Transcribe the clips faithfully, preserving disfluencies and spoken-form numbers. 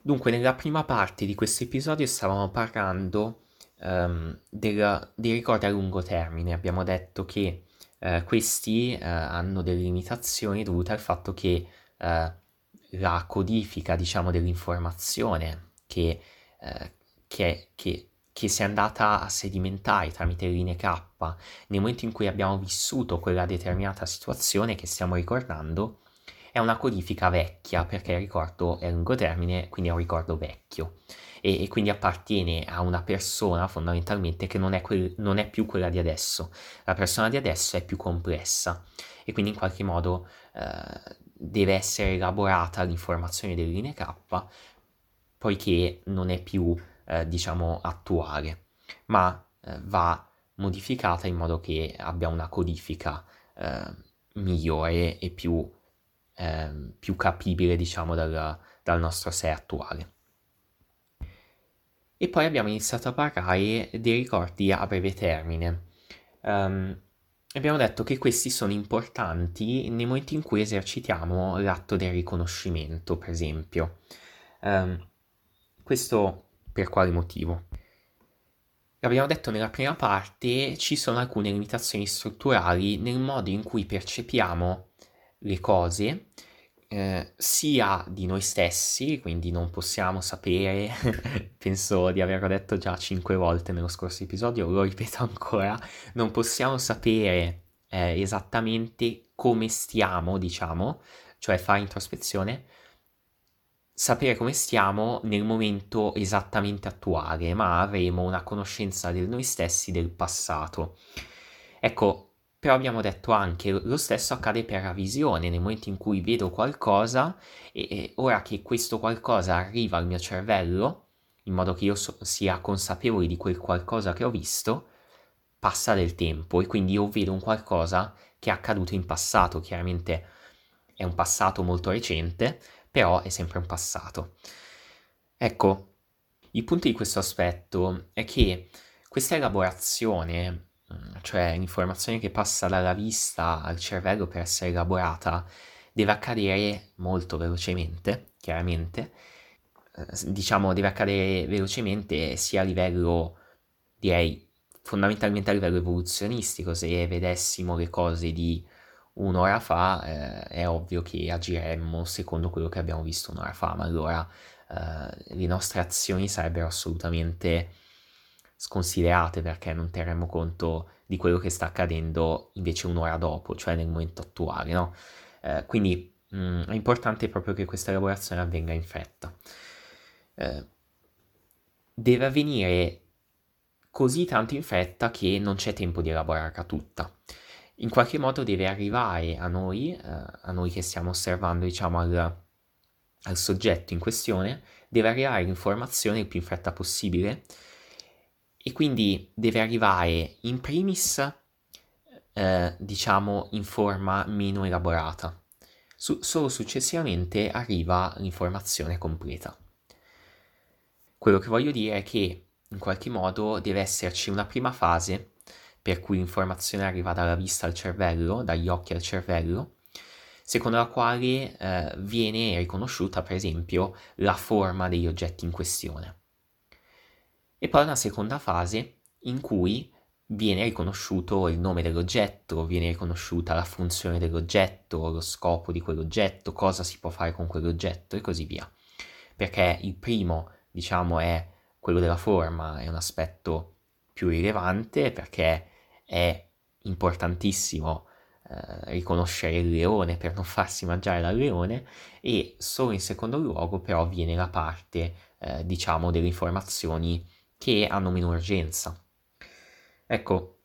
Dunque, nella prima parte di questo episodio stavamo parlando ehm, del- dei ricordi a lungo termine. Abbiamo detto che eh, questi eh, hanno delle limitazioni dovute al fatto che eh, la codifica, diciamo, dell'informazione che, eh, che, che- che si è andata a sedimentare tramite le linee K nel momento in cui abbiamo vissuto quella determinata situazione che stiamo ricordando è una codifica vecchia perché il ricordo è a lungo termine, quindi è un ricordo vecchio e, e quindi appartiene a una persona fondamentalmente che non è, quel- non è più quella di adesso. La persona di adesso è più complessa e quindi in qualche modo eh, deve essere elaborata l'informazione delle linee K poiché non è più eh, diciamo attuale, ma eh, va modificata in modo che abbia una codifica eh, migliore e più ehm, più capibile, diciamo, dal, dal nostro sé attuale. E poi abbiamo iniziato a parlare dei ricordi a breve termine. Ehm, abbiamo detto che questi sono importanti nei momenti in cui esercitiamo l'atto del riconoscimento, per esempio. Ehm, questo per quale motivo? Abbiamo detto nella prima parte ci sono alcune limitazioni strutturali nel modo in cui percepiamo le cose, eh, sia di noi stessi, quindi non possiamo sapere, penso di averlo detto già cinque volte nello scorso episodio, lo ripeto ancora, non possiamo sapere eh, esattamente come stiamo, diciamo, cioè fare introspezione, sapere come stiamo nel momento esattamente attuale, ma avremo una conoscenza del noi stessi del passato. Ecco, però abbiamo detto anche lo stesso accade per la visione, nel momento in cui vedo qualcosa e, e ora che questo qualcosa arriva al mio cervello, in modo che io so- sia consapevole di quel qualcosa che ho visto, passa del tempo e quindi io vedo un qualcosa che è accaduto in passato, chiaramente è un passato molto recente, però è sempre un passato. Ecco, il punto di questo aspetto è che questa elaborazione, mm, cioè l'informazione che passa dalla vista al cervello per essere elaborata, deve accadere molto velocemente, chiaramente. Eh, diciamo, deve accadere velocemente sia a livello, direi, fondamentalmente a livello evoluzionistico. Se vedessimo le cose di un'ora fa, eh, è ovvio che agiremmo secondo quello che abbiamo visto un'ora fa, ma allora eh, le nostre azioni sarebbero assolutamente sconsiderate perché non terremmo conto di quello che sta accadendo invece un'ora dopo, cioè nel momento attuale, no? Eh, quindi mh, è importante proprio che questa elaborazione avvenga in fretta. Eh, deve avvenire così tanto in fretta che non c'è tempo di elaborarla tutta. In qualche modo deve arrivare a noi, eh, a noi che stiamo osservando, diciamo, al, al soggetto in questione, deve arrivare l'informazione il più in fretta possibile e quindi deve arrivare in primis, eh, diciamo, in forma meno elaborata. Su- solo successivamente arriva l'informazione completa. Quello che voglio dire è che in qualche modo deve esserci una prima fase per cui l'informazione arriva dalla vista al cervello, dagli occhi al cervello, secondo la quale eh, viene riconosciuta per esempio la forma degli oggetti in questione. E poi una seconda fase in cui viene riconosciuto il nome dell'oggetto, viene riconosciuta la funzione dell'oggetto, lo scopo di quell'oggetto, cosa si può fare con quell'oggetto e così via. Perché il primo, diciamo, è quello della forma, è un aspetto più rilevante perché è importantissimo eh, riconoscere il leone per non farsi mangiare dal leone e solo in secondo luogo però viene la parte, eh, diciamo, delle informazioni che hanno meno urgenza. Ecco,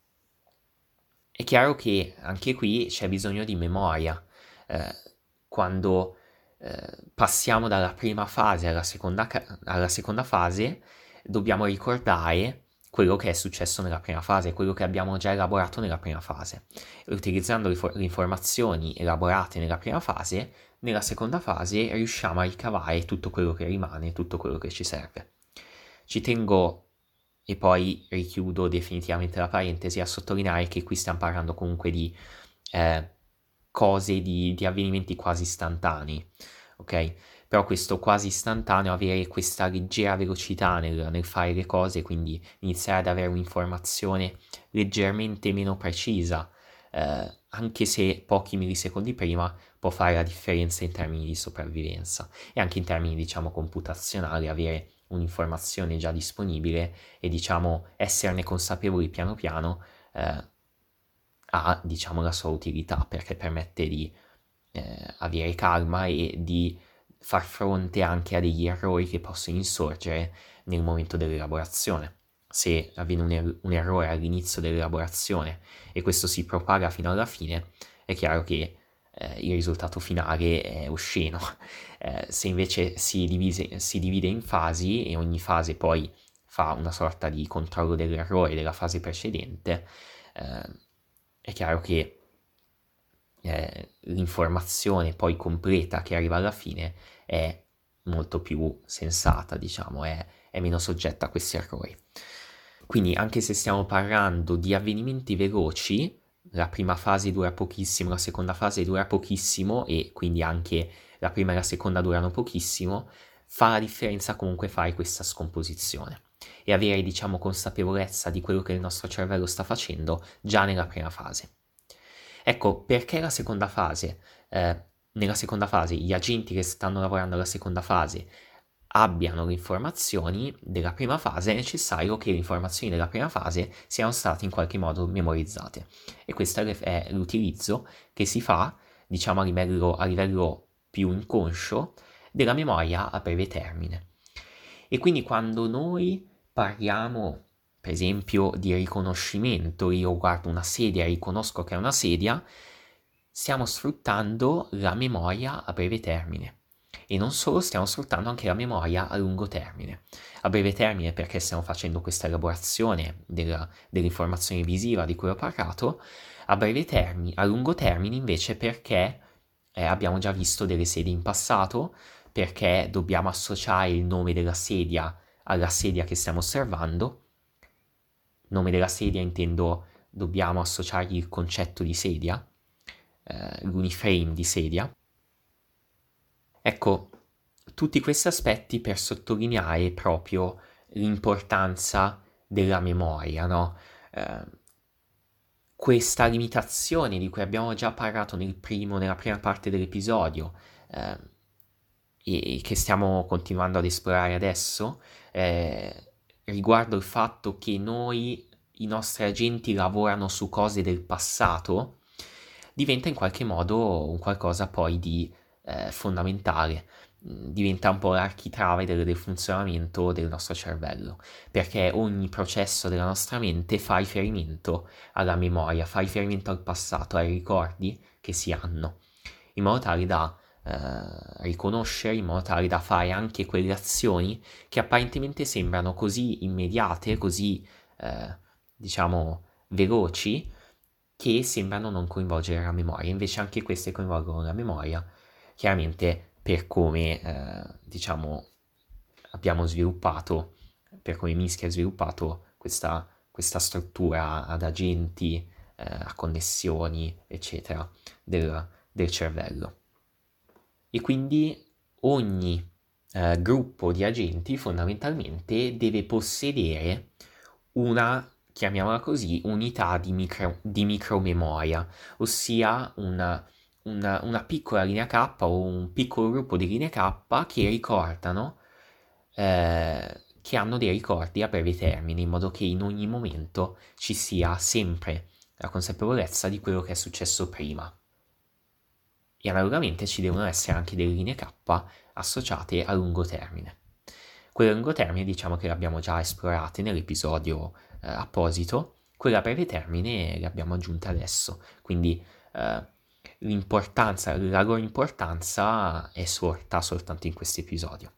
è chiaro che anche qui c'è bisogno di memoria. Eh, quando eh, passiamo dalla prima fase alla seconda, ca- alla seconda fase, dobbiamo ricordare quello che è successo nella prima fase, quello che abbiamo già elaborato nella prima fase. E utilizzando le, for- le informazioni elaborate nella prima fase, nella seconda fase riusciamo a ricavare tutto quello che rimane, tutto quello che ci serve. Ci tengo, e poi richiudo definitivamente la parentesi, a sottolineare che qui stiamo parlando comunque di eh, cose, di, di avvenimenti quasi istantanei, ok? Però questo quasi istantaneo, avere questa leggera velocità nel, nel fare le cose, quindi iniziare ad avere un'informazione leggermente meno precisa, eh, anche se pochi millisecondi prima, può fare la differenza in termini di sopravvivenza e anche in termini, diciamo, computazionali, avere un'informazione già disponibile e, diciamo, esserne consapevoli piano piano, eh, ha, diciamo, la sua utilità, perché permette di eh, avere calma e di far fronte anche a degli errori che possono insorgere nel momento dell'elaborazione. Se avviene un, er- un errore all'inizio dell'elaborazione e questo si propaga fino alla fine, è chiaro che eh, il risultato finale è osceno. Eh, se invece si, divise, si divide in fasi e ogni fase poi fa una sorta di controllo dell'errore della fase precedente, eh, è chiaro che eh, l'informazione poi completa che arriva alla fine è molto più sensata, diciamo, è, è meno soggetta a questi errori. Quindi anche se stiamo parlando di avvenimenti veloci, la prima fase dura pochissimo, la seconda fase dura pochissimo e quindi anche la prima e la seconda durano pochissimo, fa la differenza comunque fare questa scomposizione e avere, diciamo, consapevolezza di quello che il nostro cervello sta facendo già nella prima fase. Ecco, perché la seconda fase? Eh, nella seconda fase gli agenti che stanno lavorando alla seconda fase abbiano le informazioni della prima fase, è necessario che le informazioni della prima fase siano state in qualche modo memorizzate. E questo è l'utilizzo che si fa, diciamo, a livello, a livello più inconscio della memoria a breve termine. E quindi quando noi parliamo, per esempio, di riconoscimento, io guardo una sedia e riconosco che è una sedia, stiamo sfruttando la memoria a breve termine. E non solo, stiamo sfruttando anche la memoria a lungo termine. A breve termine perché stiamo facendo questa elaborazione della, dell'informazione visiva di cui ho parlato, a breve termine, a lungo termine invece perché eh, abbiamo già visto delle sedie in passato, perché dobbiamo associare il nome della sedia alla sedia che stiamo osservando. Nome della sedia intendo, dobbiamo associargli il concetto di sedia, eh, l'uniframe di sedia. Ecco, tutti questi aspetti per sottolineare proprio l'importanza della memoria, no? Eh, questa limitazione di cui abbiamo già parlato nel primo, nella prima parte dell'episodio, eh, e che stiamo continuando ad esplorare adesso, eh, riguardo il fatto che noi, i nostri agenti lavorano su cose del passato, diventa in qualche modo un qualcosa poi di eh, fondamentale, diventa un po' l'architrave del, del funzionamento del nostro cervello, perché ogni processo della nostra mente fa riferimento alla memoria, fa riferimento al passato, ai ricordi che si hanno, in modo tale da eh, riconoscere, in modo tale da fare anche quelle azioni che apparentemente sembrano così immediate, così eh, diciamo veloci, che sembrano non coinvolgere la memoria, invece anche queste coinvolgono la memoria, chiaramente per come eh, diciamo abbiamo sviluppato, per come Minsky ha sviluppato questa, questa struttura ad agenti, eh, a connessioni, eccetera, del, del cervello. E quindi ogni eh, gruppo di agenti fondamentalmente deve possedere una, chiamiamola così, unità di, micro, di micromemoria, ossia una, una, una piccola linea K o un piccolo gruppo di linee K che ricordano, eh, che hanno dei ricordi a breve termine, in modo che in ogni momento ci sia sempre la consapevolezza di quello che è successo prima. E analogamente ci devono essere anche delle linee K associate a lungo termine. Quella a lungo termine diciamo che l'abbiamo già esplorate nell'episodio eh, apposito, quella a breve termine le abbiamo aggiunte adesso, quindi eh, l'importanza, la loro importanza è sorta soltanto in questo episodio.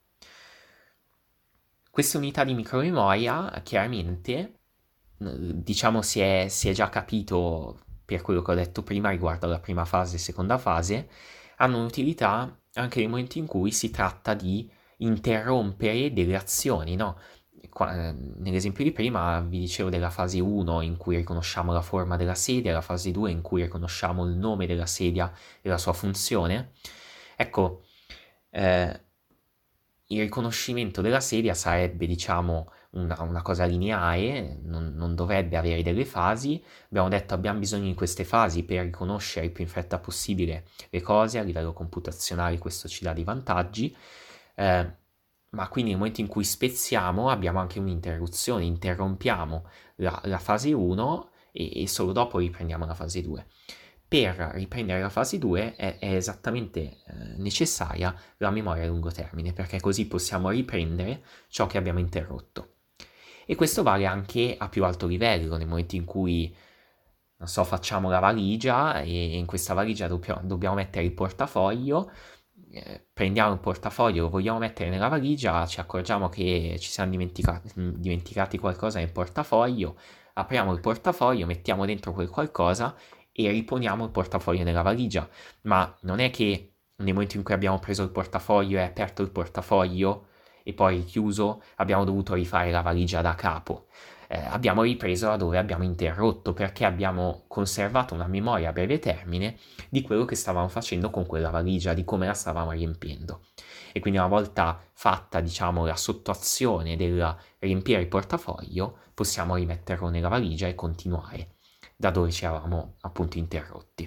Queste unità di micromemoria chiaramente, diciamo si è, si è già capito per quello che ho detto prima riguardo alla prima fase e seconda fase, hanno un'utilità anche nel momento in cui si tratta di interrompere delle azioni, no? Qua, nell'esempio di prima vi dicevo della fase uno in cui riconosciamo la forma della sedia, la fase due in cui riconosciamo il nome della sedia e la sua funzione. Ecco, eh, il riconoscimento della sedia sarebbe, diciamo, una, una cosa lineare, non, non dovrebbe avere delle fasi. Abbiamo detto abbiamo bisogno di queste fasi per riconoscere il più in fretta possibile le cose a livello computazionale, questo ci dà dei vantaggi. Eh, ma quindi nel momento in cui spezziamo abbiamo anche un'interruzione, interrompiamo la, la fase uno e, e solo dopo riprendiamo la fase due. Per riprendere la fase due è, è esattamente eh, necessaria la memoria a lungo termine, perché così possiamo riprendere ciò che abbiamo interrotto. E questo vale anche a più alto livello, nel momento in cui, non so, facciamo la valigia e in questa valigia doppio, dobbiamo mettere il portafoglio, eh, prendiamo il portafoglio, lo vogliamo mettere nella valigia, ci accorgiamo che ci siamo dimenticati, dimenticati qualcosa nel portafoglio, apriamo il portafoglio, mettiamo dentro quel qualcosa e riponiamo il portafoglio nella valigia. Ma non è che nel momento in cui abbiamo preso il portafoglio e aperto il portafoglio e poi chiuso, abbiamo dovuto rifare la valigia da capo. Eh, abbiamo ripreso da dove abbiamo interrotto, perché abbiamo conservato una memoria a breve termine di quello che stavamo facendo con quella valigia, di come la stavamo riempiendo. E quindi una volta fatta, diciamo, la sottoazione del riempire il portafoglio, possiamo rimetterlo nella valigia e continuare da dove ci eravamo appunto interrotti.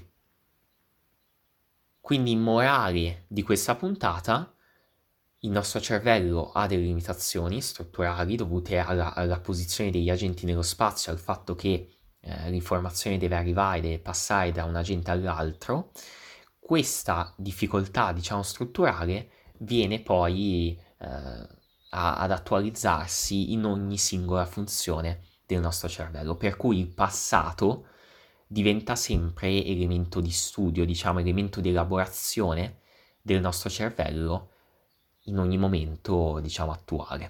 Quindi in morale di questa puntata, il nostro cervello ha delle limitazioni strutturali dovute alla, alla posizione degli agenti nello spazio, al fatto che eh, l'informazione deve arrivare, deve passare da un agente all'altro. Questa difficoltà, diciamo, strutturale viene poi eh, a, ad attualizzarsi in ogni singola funzione del nostro cervello, per cui il passato diventa sempre elemento di studio, diciamo, elemento di elaborazione del nostro cervello in ogni momento, diciamo, attuale.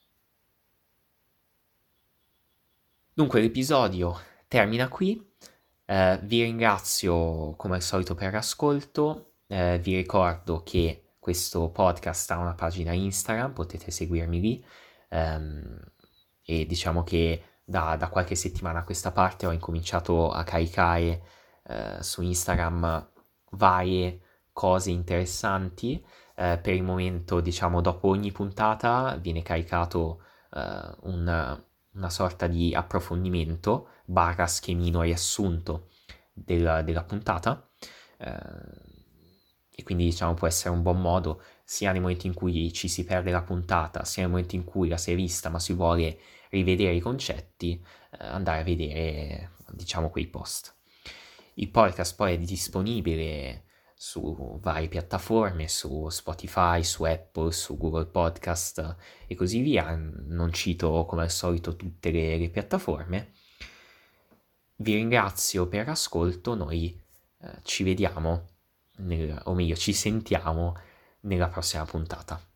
Dunque l'episodio termina qui, eh, vi ringrazio come al solito per l'ascolto, eh, vi ricordo che questo podcast ha una pagina Instagram, potete seguirmi lì, ehm, e diciamo che da, da qualche settimana a questa parte ho incominciato a caricare eh, su Instagram varie cose interessanti. Eh, per il momento, diciamo, dopo ogni puntata viene caricato eh, un, una sorta di approfondimento barra schemino riassunto della, della puntata, eh, e quindi, diciamo, può essere un buon modo sia nel momento in cui ci si perde la puntata, sia nel momento in cui la si è vista ma si vuole rivedere i concetti, eh, andare a vedere, diciamo, quei post. Il podcast poi è disponibile su varie piattaforme, su Spotify, su Apple, su Google Podcast e così via. Non cito come al solito tutte le, le piattaforme. Vi ringrazio per l'ascolto, noi eh, ci vediamo, nel, o meglio ci sentiamo nella prossima puntata.